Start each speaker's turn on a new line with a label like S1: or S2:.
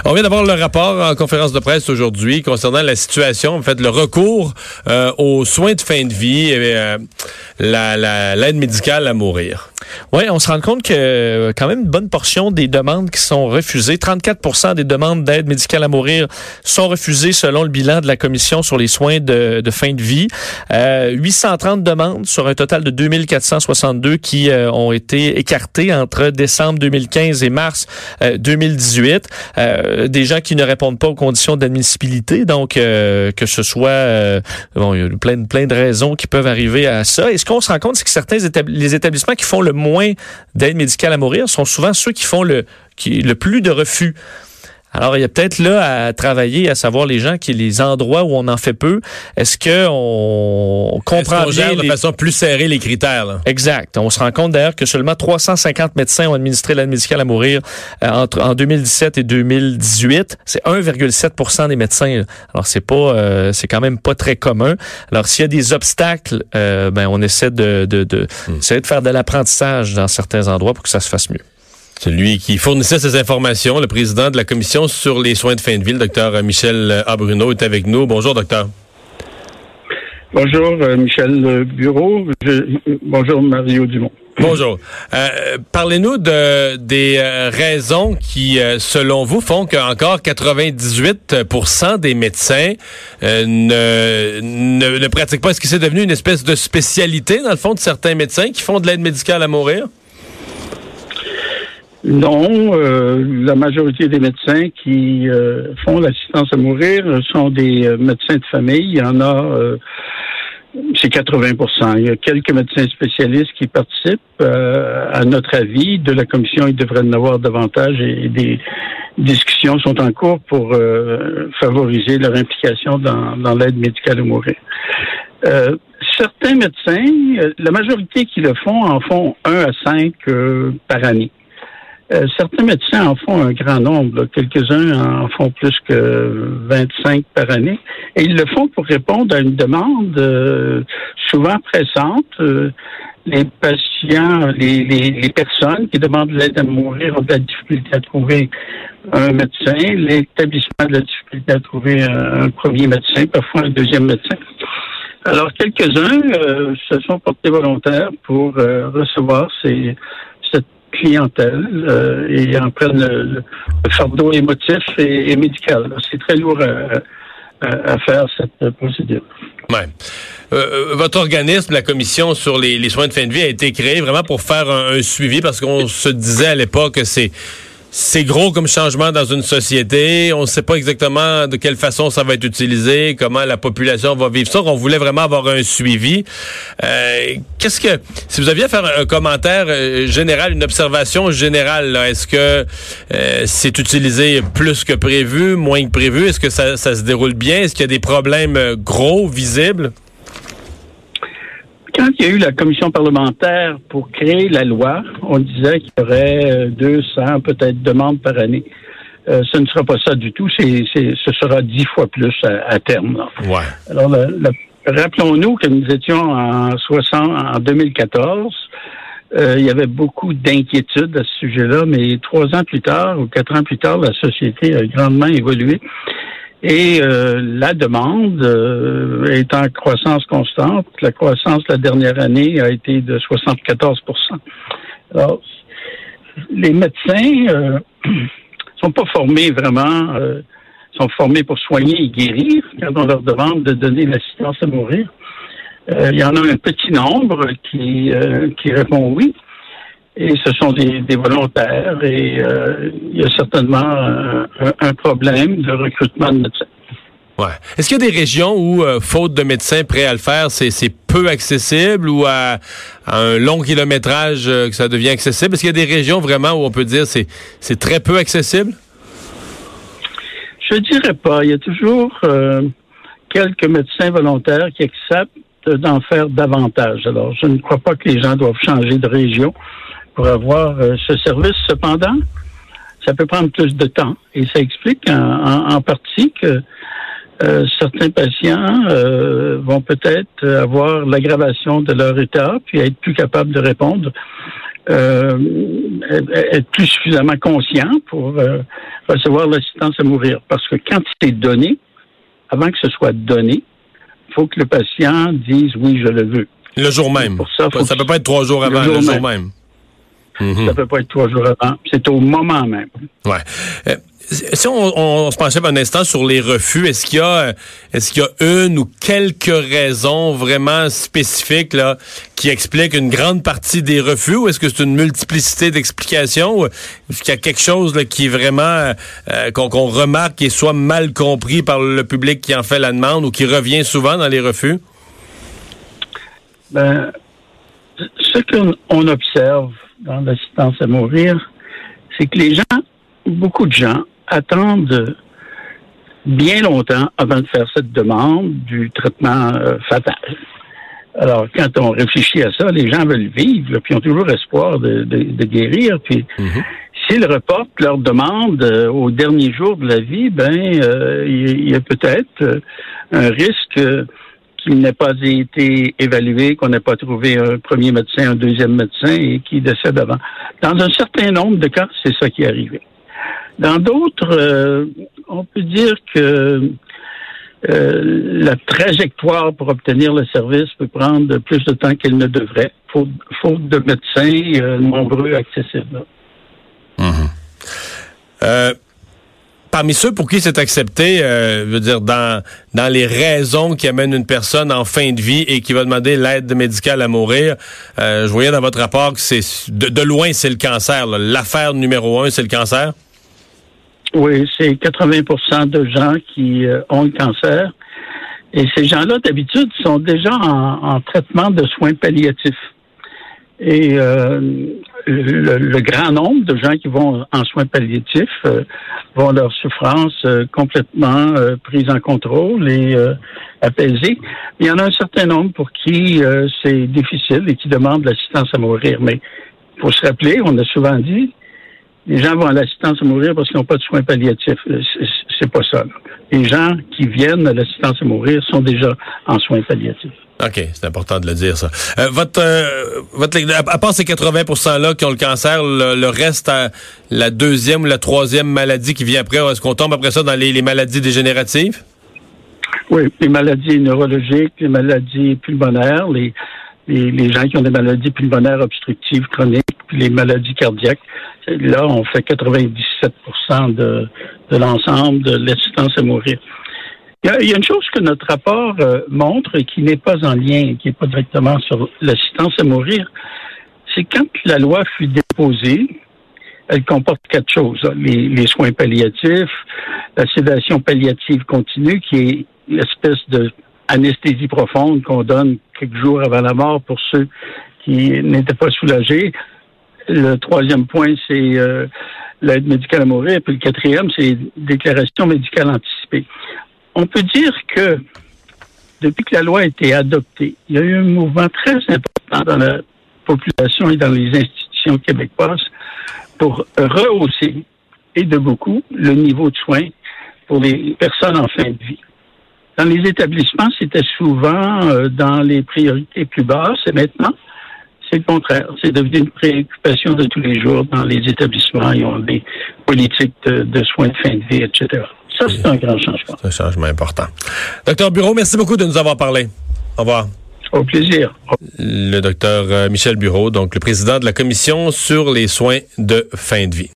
S1: On vient d'avoir le rapport en conférence de presse aujourd'hui concernant la situation, en fait, le recours aux soins de fin de vie et l'aide médicale à mourir.
S2: Oui, on se rend compte que quand même une bonne portion des demandes qui sont refusées, 34% des demandes d'aide médicale à mourir sont refusées selon le bilan de la Commission sur les soins de fin de vie. 830 demandes sur un total de 2462 qui ont été écartées entre décembre 2015 et mars 2018. Des gens qui ne répondent pas aux conditions d'admissibilité, donc que ce soit... il y a plein de raisons qui peuvent arriver à ça. Et ce qu'on se rend compte, c'est que certains les établissements qui font le moins d'aide médicale à mourir sont souvent ceux qui font le plus de refus. Alors, il y a peut-être là à travailler, à savoir les endroits où on en fait peu. Est-ce qu'on comprend bien
S1: de façon plus serrée les critères, là?
S2: Exact. On se rend compte d'ailleurs que seulement 350 médecins ont administré l'aide médicale à mourir en 2017 et 2018. C'est 1,7% des médecins. Alors, c'est quand même pas très commun. Alors, s'il y a des obstacles, on essaie essayer de faire de l'apprentissage dans certains endroits pour que ça se fasse mieux.
S1: Celui qui fournissait ces informations, le président de la Commission sur les soins de fin de vie, le docteur Michel A. Bruno, est avec nous. Bonjour, docteur.
S3: Bonjour, Michel Bureau. Bonjour, Mario Dumont.
S1: Bonjour. Parlez-nous des raisons qui, selon vous, font qu'encore 98% des médecins ne pratiquent pas. Est-ce que c'est devenu une espèce de spécialité, dans le fond, de certains médecins qui font de l'aide médicale à mourir?
S3: Non, la majorité des médecins qui font l'assistance à mourir sont des médecins de famille. Il y en a, c'est 80%. Il y a quelques médecins spécialistes qui participent. À notre avis, de la commission, il devrait en avoir davantage et des discussions sont en cours pour favoriser leur implication dans l'aide médicale à mourir. Certains médecins, la majorité qui le font, en font 1 à 5 par année. Certains médecins en font un grand nombre, là. Quelques-uns en font plus que 25 par année. Et ils le font pour répondre à une demande souvent pressante. Les patients, les personnes qui demandent de l'aide à mourir ont de la difficulté à trouver un médecin. L'établissement a de la difficulté à trouver un premier médecin, parfois un deuxième médecin. Alors, quelques-uns se sont portés volontaires pour recevoir cette clientèle et en prennent le fardeau émotif et médical. C'est très lourd à faire, cette procédure.
S1: Ouais. Votre organisme, la Commission sur les soins de fin de vie, a été créé vraiment pour faire un suivi, parce qu'on se disait à l'époque que c'est gros comme changement dans une société. On ne sait pas exactement de quelle façon ça va être utilisé, comment la population va vivre ça. On voulait vraiment avoir un suivi. Si vous aviez à faire un commentaire général, une observation générale, là, est-ce que c'est utilisé plus que prévu, moins que prévu? Est-ce que ça se déroule bien? Est-ce qu'il y a des problèmes gros, visibles?
S3: Quand il y a eu la commission parlementaire pour créer la loi, on disait qu'il y aurait 200 peut-être demandes par année. Ce ne sera pas ça du tout. Ce sera 10 fois plus à terme. Là.
S1: Ouais.
S3: Alors, rappelons-nous que nous étions en 2014. Il y avait beaucoup d'inquiétudes à ce sujet-là, mais 3 ans plus tard ou 4 ans plus tard, la société a grandement évolué. Et la demande est en croissance constante. La croissance la dernière année a été de 74%. Alors, les médecins sont pas formés vraiment, sont formés pour soigner et guérir quand on leur demande de donner l'assistance à mourir. Il y en a un petit nombre qui répond oui. Et ce sont des volontaires et il y a certainement un problème de recrutement de médecins.
S1: Ouais. Est-ce qu'il y a des régions où, faute de médecins prêts à le faire, c'est peu accessible, ou à un long kilométrage que ça devient accessible? Est-ce qu'il y a des régions vraiment où on peut dire c'est très peu accessible?
S3: Je dirais pas. Il y a toujours quelques médecins volontaires qui acceptent d'en faire davantage. Alors, je ne crois pas que les gens doivent changer de région pour avoir ce service. Cependant, ça peut prendre plus de temps. Et ça explique en partie que certains patients vont peut-être avoir l'aggravation de leur état, puis être plus capables de répondre être plus suffisamment conscient pour recevoir l'assistance à mourir. Parce que quand c'est donné, avant que ce soit donné, il faut que le patient dise « oui, je le veux ».
S1: Le jour même. Ça peut pas être 3 jours avant, le jour même.
S3: Mm-hmm. Ça peut pas être 3 jours avant. C'est au moment même.
S1: Ouais. Si on se penchait un instant sur les refus, est-ce qu'il y a une ou quelques raisons vraiment spécifiques là qui expliquent une grande partie des refus, ou est-ce que c'est une multiplicité d'explications, ou est-ce qu'il y a quelque chose là, qui est vraiment qu'on remarque qui est soit mal compris par le public qui en fait la demande ou qui revient souvent dans les refus?
S3: Ben, ce qu'on observe dans l'assistance à mourir, c'est que beaucoup de gens attendent bien longtemps avant de faire cette demande du traitement fatal. Alors, quand on réfléchit à ça, les gens veulent vivre, là, puis ont toujours espoir de guérir. Puis, s'ils reportent leur demande au dernier jour de la vie, il y a peut-être un risque qu'il n'ait pas été évalué, qu'on n'ait pas trouvé un premier médecin, un deuxième médecin et qui décède avant. Dans un certain nombre de cas, c'est ça qui est arrivé. Dans d'autres, on peut dire que la trajectoire pour obtenir le service peut prendre plus de temps qu'elle ne devrait, faute de médecins nombreux accessibles.
S1: Parmi ceux pour qui c'est accepté, je veux dire, dans les raisons qui amènent une personne en fin de vie et qui va demander l'aide médicale à mourir, je voyais dans votre rapport que c'est de loin, c'est le cancer. Là. L'affaire numéro 1, c'est le cancer?
S3: Oui, c'est 80% de gens qui ont le cancer. Et ces gens-là, d'habitude, sont déjà en traitement de soins palliatifs. Et le grand nombre de gens qui vont en soins palliatifs vont leur souffrance complètement prise en contrôle et apaisée. Il y en a un certain nombre pour qui c'est difficile et qui demandent l'assistance à mourir. Mais il faut se rappeler, on a souvent dit, les gens vont à l'assistance à mourir parce qu'ils n'ont pas de soins palliatifs. C'est pas ça. Là. Les gens qui viennent à l'assistance à mourir sont déjà en soins palliatifs.
S1: OK, c'est important de le dire, ça. À part ces 80%-là qui ont le cancer, le reste, la deuxième ou la troisième maladie qui vient après, est-ce qu'on tombe après ça dans les maladies dégénératives?
S3: Oui, les maladies neurologiques, les maladies pulmonaires, les gens qui ont des maladies pulmonaires obstructives chroniques, puis les maladies cardiaques. Là, on fait 97% de l'ensemble de l'assistance à mourir. Il y a une chose que notre rapport montre et qui n'est pas en lien, qui n'est pas directement sur l'assistance à mourir, c'est quand la loi fut déposée, elle comporte 4 choses. Les soins palliatifs, la sédation palliative continue, qui est l'espèce de anesthésie profonde qu'on donne quelques jours avant la mort pour ceux qui n'étaient pas soulagés. Le troisième point, c'est l'aide médicale à mourir. Puis le 4e, c'est déclaration médicale anticipée. On peut dire que depuis que la loi a été adoptée, il y a eu un mouvement très important dans la population et dans les institutions québécoises pour rehausser, et de beaucoup, le niveau de soins pour les personnes en fin de vie. Dans les établissements, c'était souvent dans les priorités plus basses, et maintenant, c'est le contraire. C'est devenu une préoccupation de tous les jours dans les établissements. Ils ont des politiques de soins de fin de vie, etc. Ça, c'est un grand changement.
S1: C'est un changement important. Docteur Bureau, merci beaucoup de nous avoir parlé. Au revoir.
S3: Au plaisir.
S1: Le docteur Michel Bureau, donc le président de la Commission sur les soins de fin de vie.